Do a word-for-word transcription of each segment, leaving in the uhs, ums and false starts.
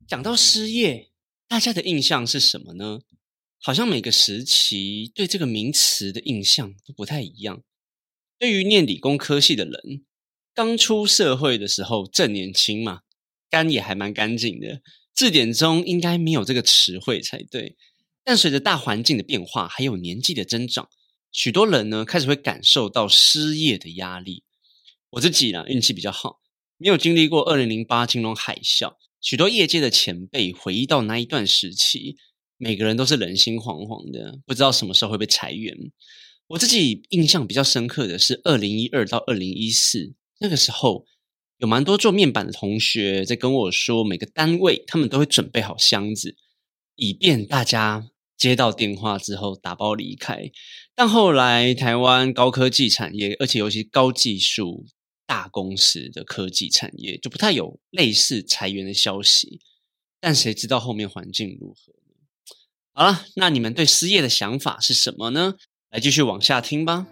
讲到失业，大家的印象是什么呢？好像每个时期对这个名词的印象都不太一样。对于念理工科系的人，刚出社会的时候正年轻嘛，肝也还蛮干净的，字典中应该没有这个词汇才对。但随着大环境的变化，还有年纪的增长，许多人呢开始会感受到失业的压力。我自己呢运气比较好，没有经历过二零零八金融海啸。许多业界的前辈回忆到那一段时期，每个人都是人心惶惶的，不知道什么时候会被裁员。我自己印象比较深刻的是二零一二到二零一四，那个时候有蛮多做面板的同学在跟我说，每个单位他们都会准备好箱子，以便大家接到电话之后打包离开。但后来台湾高科技产业，而且尤其高技术大公司的科技产业，就不太有类似裁员的消息。但谁知道后面环境如何呢？好了，那你们对失业的想法是什么呢？来继续往下听吧。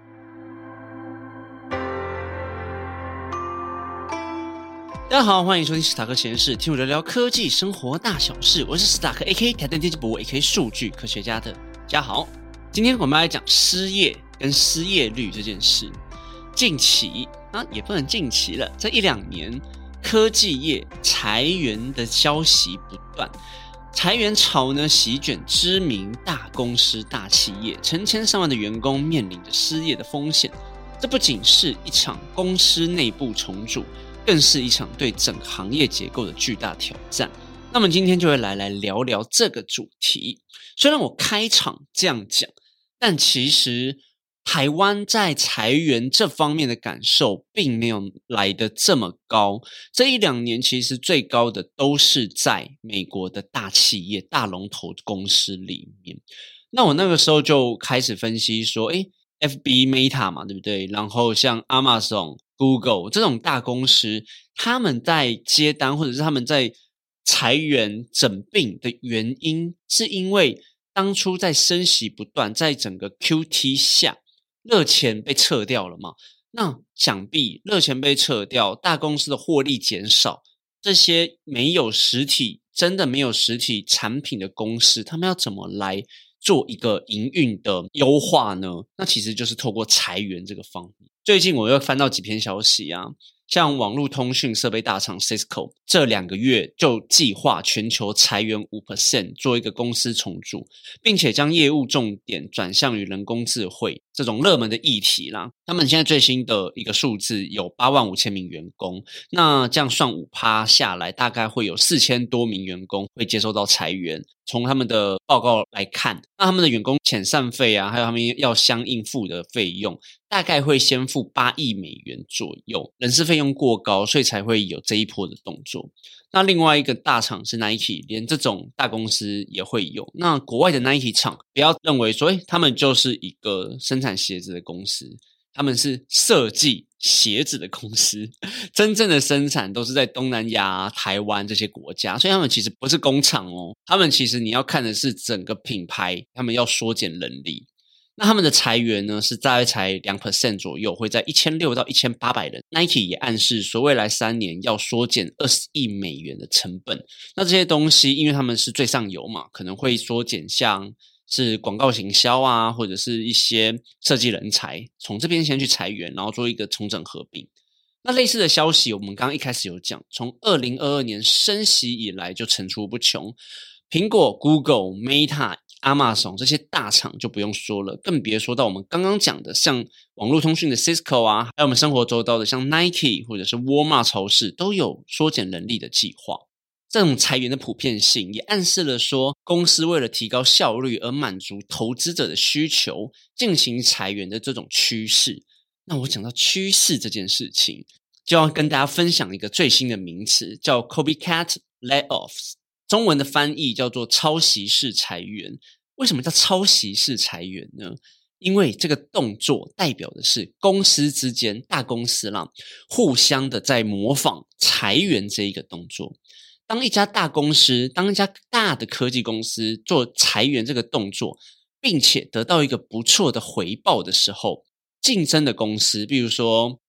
大家好，欢迎收听史塔克实验室，听我聊聊科技生活大小事。我是史塔克 A K 台电电机博 A K 数据科学家的家豪。今天我们来讲失业跟失业率这件事。近期啊，也不能近期了，这一两年科技业裁员的消息不断，裁员潮呢席卷知名大公司大企业，成千上万的员工面临着失业的风险。这不仅是一场公司内部重组，更是一场对整个行业结构的巨大挑战。那么今天就会来来聊聊这个主题。虽然我开场这样讲，但其实台湾在裁员这方面的感受并没有来得这么高。这一两年其实最高的都是在美国的大企业大龙头公司里面。那我那个时候就开始分析说，诶 F B Meta 嘛，对不对？然后像 Amazon、Google 这种大公司，他们在接单或者是他们在裁员整并的原因，是因为当初在升息不断，在整个 Q T 下热钱被撤掉了嘛，那想必热钱被撤掉，大公司的获利减少，这些没有实体真的没有实体产品的公司，他们要怎么来做一个营运的优化呢？那其实就是透过裁员这个方面。最近我又翻到几篇消息啊，像网络通讯设备大厂 Cisco 这两个月就计划全球裁员 百分之五 做一个公司重组，并且将业务重点转向于人工智慧这种热门的议题啦。他们现在最新的一个数字有八万五千名员工，那这样算 百分之五 下来，大概会有四千多名员工会接受到裁员。从他们的报告来看，那他们的员工遣散费啊，还有他们要相应付的费用，大概会先付八亿美元左右，人事费用过高，所以才会有这一波的动作。那另外一个大厂是 Nike， 连这种大公司也会有。那国外的 Nike 厂，不要认为说，诶，他们就是一个生产鞋子的公司，他们是设计鞋子的公司，真正的生产都是在东南亚、台湾这些国家，所以他们其实不是工厂哦，他们其实你要看的是整个品牌，他们要缩减人力。那他们的裁员呢，是大概才 百分之二 左右，会在一千六百到一千八百人。Nike 也暗示说，未来三年要缩减二十亿美元的成本。那这些东西，因为他们是最上游嘛，可能会缩减像是广告行销啊，或者是一些设计人才，从这边先去裁员，然后做一个重整合并。那类似的消息，我们刚刚一开始有讲，从二零二二年升息以来就层出不穷。苹果、Google、Meta、Amazon 这些大厂就不用说了，更别说到我们刚刚讲的像网络通讯的 Cisco 啊，还有我们生活周遭的像 Nike 或者是 Walmart 超市都有缩减人力的计划。这种裁员的普遍性也暗示了说，公司为了提高效率而满足投资者的需求，进行裁员的这种趋势。那我讲到趋势这件事情，就要跟大家分享一个最新的名词，叫 Copycat Layoffs， 中文的翻译叫做抄袭式裁员。为什么叫抄袭式裁员呢？因为这个动作代表的是公司之间，大公司啦，互相的在模仿裁员这一个动作。当一家大公司，当一家大的科技公司做裁员这个动作，并且得到一个不错的回报的时候，竞争的公司，比如说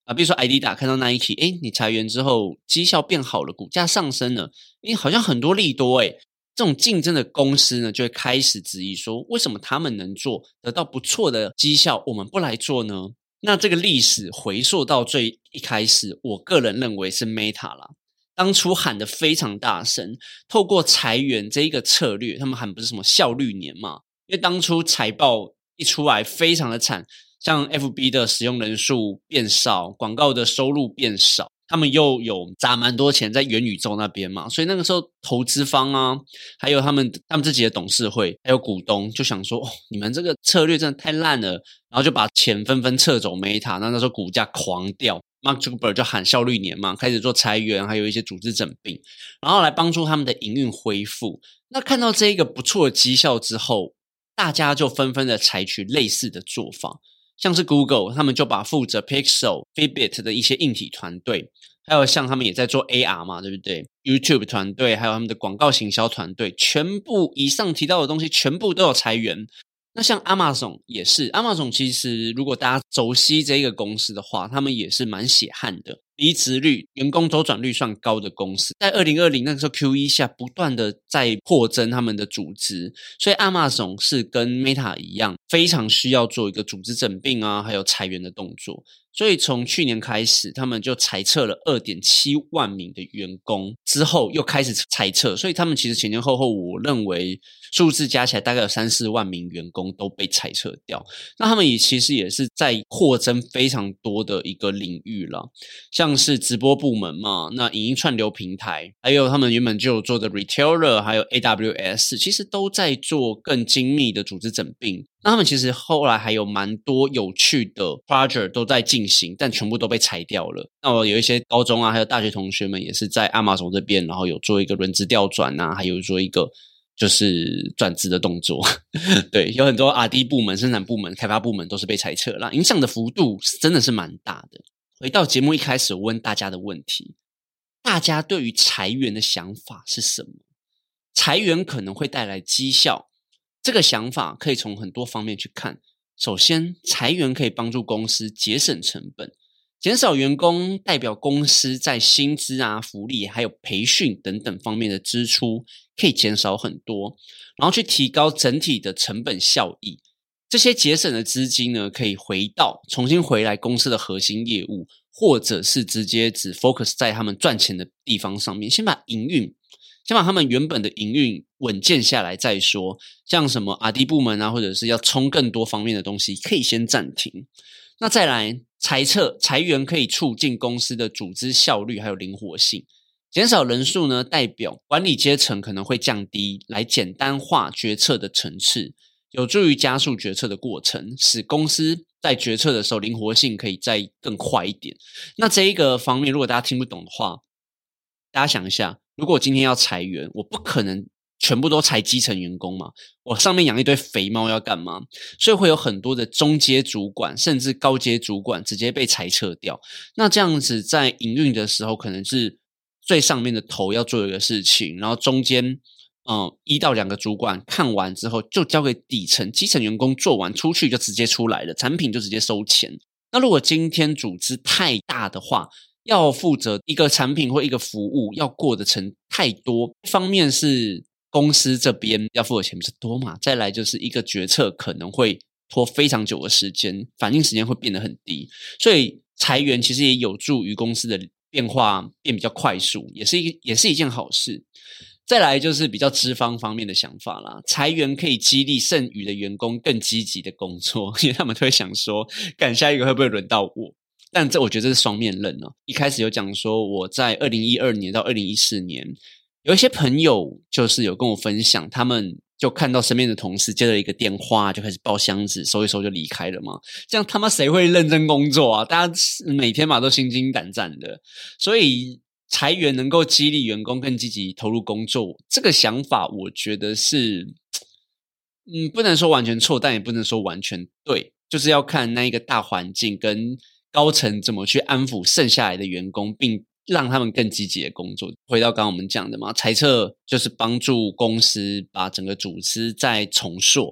啊，比如说 Adidas 看到 Nike， 诶，你裁员之后绩效变好了，股价上升了，诶，好像很多利多诶。这种竞争的公司呢，就会开始质疑说，为什么他们能做，得到不错的绩效，我们不来做呢？那这个历史回溯到最一开始，我个人认为是 Meta 啦。当初喊得非常大声，透过裁员这一个策略，他们喊不是什么效率年嘛？因为当初财报一出来非常的惨，像 F B 的使用人数变少，广告的收入变少，他们又有砸蛮多钱在元宇宙那边嘛，所以那个时候投资方啊，还有他们他们自己的董事会还有股东就想说，哦，你们这个策略真的太烂了，然后就把钱纷纷撤走 Meta， 那那时候股价狂掉。Mark Zuckerberg 就喊效率年嘛，开始做裁员，还有一些组织整并，然后来帮助他们的营运恢复。那看到这一个不错的绩效之后，大家就纷纷的采取类似的做法，像是 Google 他们就把负责 Pixel、Fitbit 的一些硬体团队，还有像他们也在做 A R 嘛，对不对？ YouTube 团队还有他们的广告行销团队，全部以上提到的东西全部都有裁员。那像 Amazon 也是 Amazon 其实如果大家熟悉这个公司的话，他们也是蛮血汗的，离职率员工周转率算高的公司，在二零二零那个时候 Q 一 下不断的在扩增他们的组织，所以 Amazon 是跟 Meta 一样非常需要做一个组织整并啊，还有裁员的动作。所以从去年开始他们就裁撤了 二点七万名的员工，之后又开始裁撤，所以他们其实前前后后我认为数字加起来大概有三四万名员工都被裁撤掉。那他们也其实也是在扩增非常多的一个领域啦，像是直播部门嘛，那影音串流平台，还有他们原本就有做的 retailer， 还有 A W S， 其实都在做更精密的组织整并。那他们其实后来还有蛮多有趣的 project 都在进行，但全部都被裁掉了。那我有一些高中啊还有大学同学们也是在 Amazon 这边，然后有做一个轮值调转啊，还有做一个就是转职的动作。对，有很多 R D 部门、生产部门、开发部门都是被裁撤了，影响的幅度真的是蛮大的。回到节目一开始我问大家的问题，大家对于裁员的想法是什么？裁员可能会带来绩效，这个想法可以从很多方面去看。首先，裁员可以帮助公司节省成本，减少员工代表公司在薪资啊、福利还有培训等等方面的支出可以减少很多，然后去提高整体的成本效益。这些节省的资金呢，可以回到重新回来公司的核心业务，或者是直接只 focus 在他们赚钱的地方上面，先把营运先把他们原本的营运稳健下来再说，像什么 R D 部门啊，或者是要冲更多方面的东西可以先暂停。那再来裁撤裁员可以促进公司的组织效率还有灵活性，减少人数呢，代表管理阶层可能会降低，来简单化决策的层次，有助于加速决策的过程，使公司在决策的时候灵活性可以再更快一点。那这一个方面如果大家听不懂的话，大家想一下，如果我今天要裁员，我不可能全部都裁基层员工嘛，我上面养一堆肥猫要干嘛？所以会有很多的中阶主管甚至高阶主管直接被裁撤掉。那这样子在营运的时候可能是最上面的头要做一个事情，然后中间嗯，一到两个主管看完之后就交给底层基层员工做完，出去就直接出来了，产品就直接收钱。那如果今天组织太大的话，要负责一个产品或一个服务要过的程太多，一方面是公司这边要付的钱比较多嘛，再来就是一个决策可能会拖非常久的时间，反应时间会变得很低，所以裁员其实也有助于公司的变化变比较快速，也是一也是一件好事。再来就是比较资方方面的想法啦，裁员可以激励剩余的员工更积极的工作，因为他们都会想说干下一个会不会轮到我。但这我觉得这是双面刃哦。一开始有讲说我在二零一二年到二零一四年有一些朋友就是有跟我分享，他们就看到身边的同事接了一个电话就开始抱箱子收一收就离开了嘛，这样他妈谁会认真工作啊？大家每天嘛都心惊胆战的。所以裁员能够激励员工更积极投入工作，这个想法我觉得是嗯，不能说完全错，但也不能说完全对，就是要看那一个大环境跟高层怎么去安抚剩下来的员工，并让他们更积极的工作。回到刚刚我们讲的嘛，裁撤就是帮助公司把整个组织再重塑，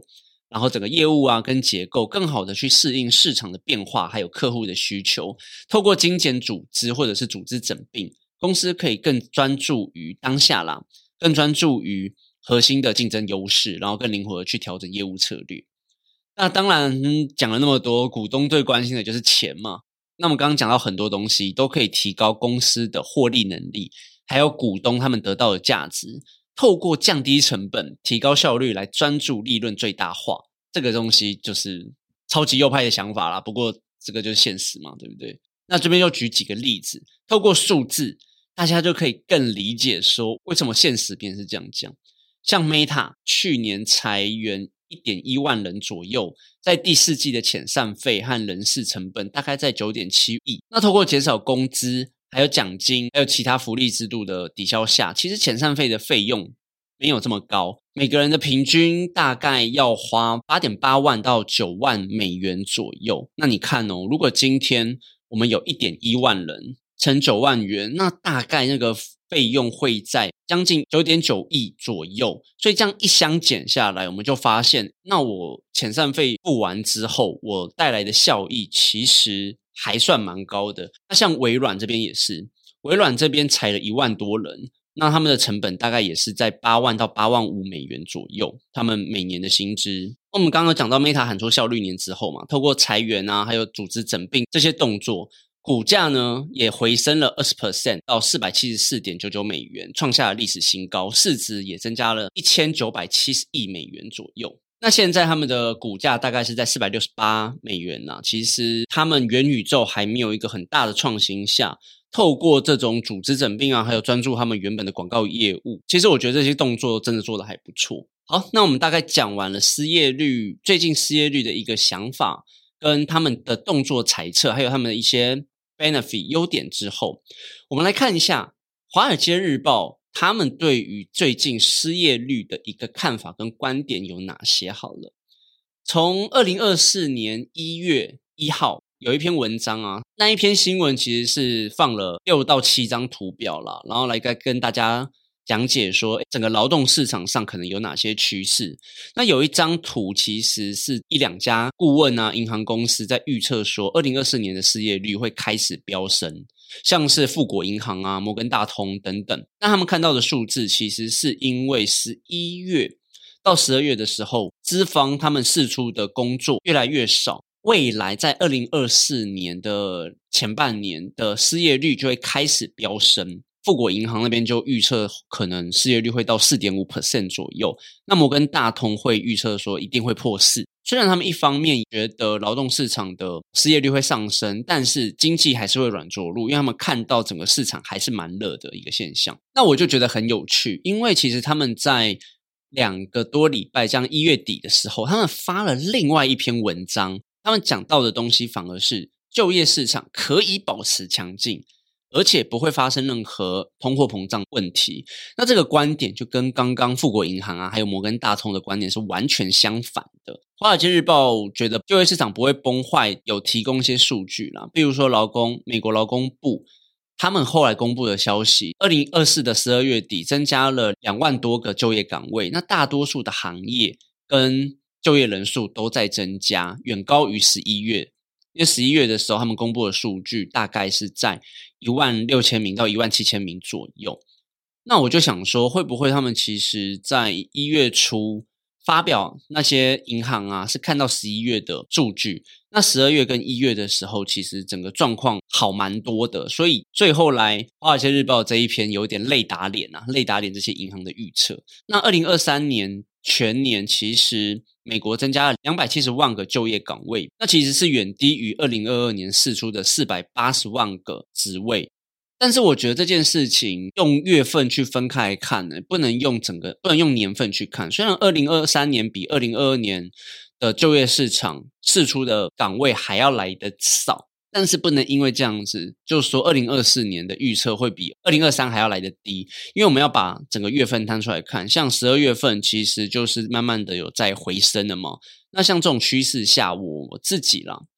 然后整个业务啊跟结构更好的去适应市场的变化，还有客户的需求。透过精简组织或者是组织整并，公司可以更专注于当下啦，更专注于核心的竞争优势，然后更灵活的去调整业务策略。那当然讲了那么多，股东最关心的就是钱嘛。那我们刚刚讲到很多东西都可以提高公司的获利能力，还有股东他们得到的价值，透过降低成本提高效率来专注利润最大化，这个东西就是超级右派的想法啦，不过这个就是现实嘛，对不对？那这边就举几个例子，透过数字大家就可以更理解说为什么现实便是这样讲。像 Meta 去年裁员 一点一万人左右，在第四季的遣散费和人事成本大概在 九点七亿。那透过减少工资还有奖金还有其他福利制度的抵消下，其实遣散费的费用没有这么高，每个人的平均大概要花 八点八万到九万美元左右。那你看哦，如果今天我们有 一点一万人乘九万元，那大概那个费用会在将近 九点九亿左右。所以这样一相减下来，我们就发现那我遣散费付完之后，我带来的效益其实还算蛮高的。那像微软这边也是，微软这边裁了一万多人，那他们的成本大概也是在八万到八万五美元左右，他们每年的薪资。我们刚刚讲到 Meta 喊出效率年之后嘛，透过裁员啊还有组织整并这些动作，股价呢也回升了 百分之二十 到 四百七十四点九九美元，创下了历史新高，市值也增加了一千九百七十亿美元左右。那现在他们的股价大概是在四百六十八美元啊，其实他们元宇宙还没有一个很大的创新下，透过这种组织整并啊还有专注他们原本的广告业务，其实我觉得这些动作真的做得还不错。好，那我们大概讲完了失业率，最近失业率的一个想法跟他们的动作猜测，还有他们的一些 benefit 优点之后，我们来看一下华尔街日报他们对于最近失业率的一个看法跟观点有哪些好了。从二零二四年一月一号有一篇文章啊，那一篇新闻其实是放了六到七张图表啦，然后来跟大家讲解说整个劳动市场上可能有哪些趋势。那有一张图其实是一两家顾问啊银行公司在预测说二零二四年的失业率会开始飙升，像是富国银行啊摩根大通等等。那他们看到的数字其实是因为十一月到十二月的时候，资方他们释出的工作越来越少，未来在二零二四年的前半年的失业率就会开始飙升。富国银行那边就预测可能失业率会到 百分之四点五 左右，那摩根大通会预测说一定会破四。虽然他们一方面觉得劳动市场的失业率会上升，但是经济还是会软着陆，因为他们看到整个市场还是蛮热的一个现象。那我就觉得很有趣，因为其实他们在两个多礼拜这样一月底的时候，他们发了另外一篇文章，他们讲到的东西反而是就业市场可以保持强劲，而且不会发生任何通货膨胀问题。那这个观点就跟刚刚富国银行啊还有摩根大通的观点是完全相反的。华尔街日报觉得就业市场不会崩坏，有提供一些数据啦，比如说劳工美国劳工部他们后来公布的消息，二零二四的十二月底增加了两万多个就业岗位，那大多数的行业跟就业人数都在增加，远高于十一月。因为十一月的时候他们公布的数据大概是在一万六千名到一万七千名左右。那我就想说会不会他们其实在一月初发表那些银行啊是看到十一月的数据，那十二月跟一月的时候其实整个状况好蛮多的，所以最后来华尔街日报这一篇有点类打脸啊，类打脸这些银行的预测。那二零二三年全年其实美国增加了两百七十万个就业岗位，那其实是远低于二零二二年释出的四百八十万个职位。但是我觉得这件事情用月份去分开来看呢，不能用整个不能用年份去看。虽然二零二三年比二零二二年的就业市场释出的岗位还要来得少，但是不能因为这样子就说二零二四年的预测会比二零二三还要来得低，因为我们要把整个月份摊出来看，像十二月份其实就是慢慢的有在回升的嘛。那像这种趋势下，我我自己啦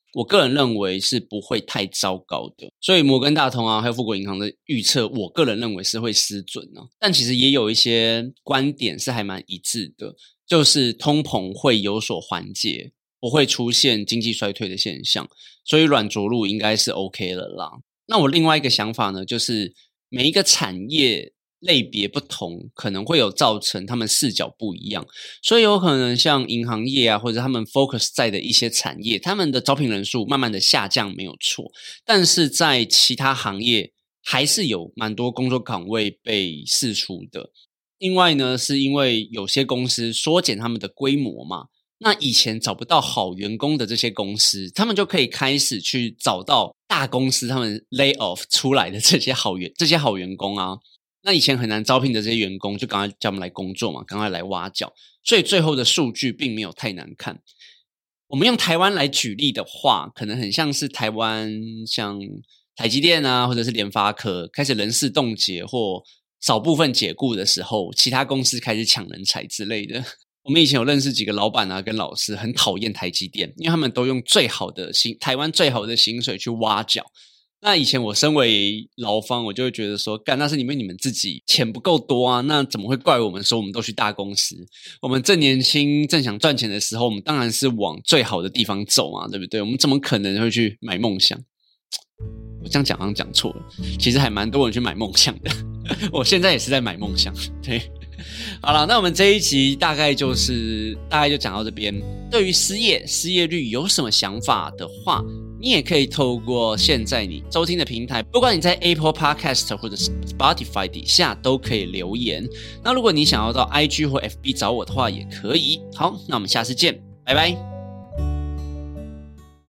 我个人认为是不会太糟糕的。所以摩根大通啊还有富国银行的预测，我个人认为是会失准啊。但其实也有一些观点是还蛮一致的，就是通膨会有所缓解，不会出现经济衰退的现象，所以软着陆应该是 OK 了啦。那我另外一个想法呢，就是每一个产业类别不同，可能会有造成他们视角不一样，所以有可能像银行业啊，或者他们 focus 在的一些产业，他们的招聘人数慢慢的下降没有错，但是在其他行业还是有蛮多工作岗位被释出的。另外呢，是因为有些公司缩减他们的规模嘛，那以前找不到好员工的这些公司，他们就可以开始去找到大公司他们 lay off 出来的这些好员这些好员工啊。那以前很难招聘的这些员工，就赶快叫他们来工作嘛，赶快来挖角，所以最后的数据并没有太难看。我们用台湾来举例的话，可能很像是台湾像台积电啊，或者是联发科开始人事冻结或少部分解雇的时候，其他公司开始抢人才之类的。我们以前有认识几个老板啊跟老师很讨厌台积电，因为他们都用最好的薪台湾最好的薪水去挖角。那以前我身为劳方，我就会觉得说，干，那是因为你们自己钱不够多啊，那怎么会怪我们说我们都去大公司？我们正年轻正想赚钱的时候，我们当然是往最好的地方走啊，对不对？我们怎么可能会去买梦想？我这样讲好像讲错了，其实还蛮多人去买梦想的。我现在也是在买梦想，对。好了，那我们这一集大概就是大概就讲到这边。对于失业失业率有什么想法的话，你也可以透过现在你收听的平台，不管你在 Apple Podcast 或者是 Spotify 底下都可以留言。那如果你想要到 I G 或 F B 找我的话也可以。好，那我们下次见，拜拜。